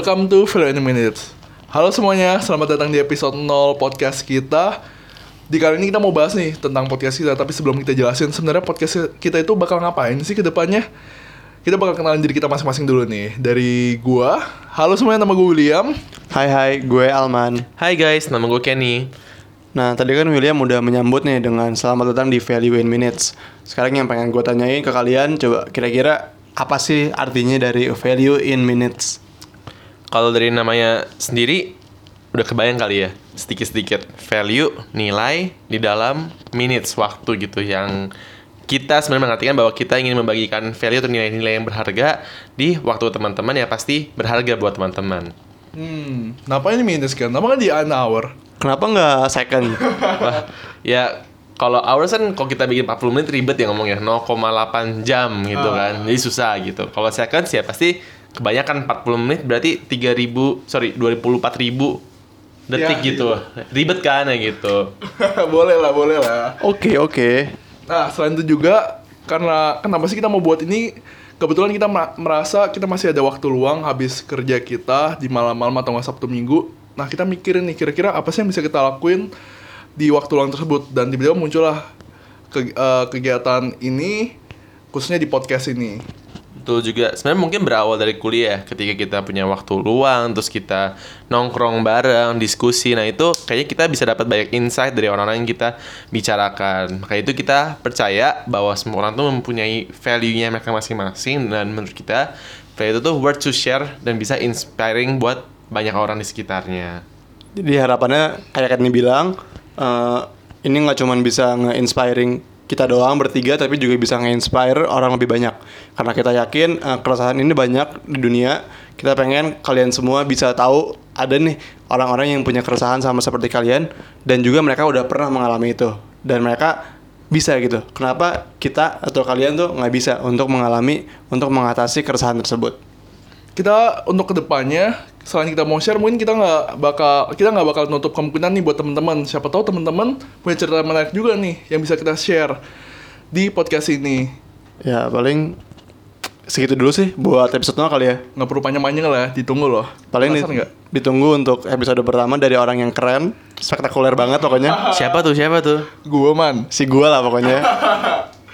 Welcome to Value in a Minute. Halo semuanya, selamat datang di episode 0 podcast kita. Di kali ini kita mau bahas nih tentang podcast kita. Tapi sebelum kita jelasin sebenarnya podcast kita itu bakal ngapain sih ke depannya, kita bakal kenalin diri kita masing-masing dulu nih. Dari gua, halo semuanya, nama gue William. Hai, gue Alman. Hai guys, nama gue Kenny. Nah, tadi kan William udah menyambut nih dengan selamat datang di Value in Minutes. Sekarang yang pengen gue tanyain ke kalian, coba kira-kira apa sih artinya dari Value in Minutes? Kalau dari namanya sendiri udah kebayang kali ya, sedikit-sedikit value, nilai di dalam minutes, waktu gitu, yang kita sebenarnya mengartikan bahwa kita ingin membagikan value atau nilai-nilai yang berharga di waktu teman-teman, ya pasti berharga buat teman-teman. Kenapa ini minutes kan? Kenapa kan di an hour? Kenapa nggak second? Wah, ya kalau hours kan kalau kita bikin 40 menit ribet ya ngomongnya, 0,8 jam gitu kan, jadi susah gitu. Kalau seconds ya pasti kebanyakan 40 menit berarti 24.000 detik Ya, gitu. Ribet kan ya gitu. boleh lah. Oke. Nah, selain itu juga, karena kenapa sih kita mau buat ini? Kebetulan kita merasa kita masih ada waktu luang habis kerja kita di malam-malam atau nggak Sabtu Minggu. Nah, kita mikirin nih, kira-kira apa sih yang bisa kita lakuin di waktu luang tersebut. Dan tiba-tiba muncullah kegiatan ini, khususnya di podcast ini. Betul juga. Sebenarnya mungkin berawal dari kuliah, ketika kita punya waktu luang, terus kita nongkrong bareng, diskusi. Nah itu kayaknya kita bisa dapat banyak insight dari orang-orang yang kita bicarakan. Maka itu kita percaya bahwa semua orang tuh mempunyai value-nya mereka masing-masing. Dan menurut kita, value itu tuh worth to share dan bisa inspiring buat banyak orang di sekitarnya. Jadi harapannya kayak Kenny bilang, ini nggak cuma bisa nge-inspiring kita doang bertiga, tapi juga bisa nge-inspire orang lebih banyak. Karena kita yakin keresahan ini banyak di dunia. Kita pengen kalian semua bisa tahu ada nih orang-orang yang punya keresahan sama seperti kalian, dan juga mereka udah pernah mengalami itu, dan mereka bisa gitu. Kenapa kita atau kalian tuh nggak bisa untuk mengatasi keresahan tersebut? Kita untuk kedepannya, selain kita mau share, mungkin kita nggak bakal nutup kemungkinan nih buat teman-teman. Siapa tahu teman-teman punya cerita menarik juga nih yang bisa kita share di podcast ini. Ya paling segitu dulu sih buat episode 0 kali ya. Nggak perlu panjang-panjang lah, ditunggu loh. Paling Penasaran nggak? ditunggu untuk episode pertama dari orang yang keren, spektakuler banget pokoknya. Siapa tuh? Gua man. Si gua lah pokoknya.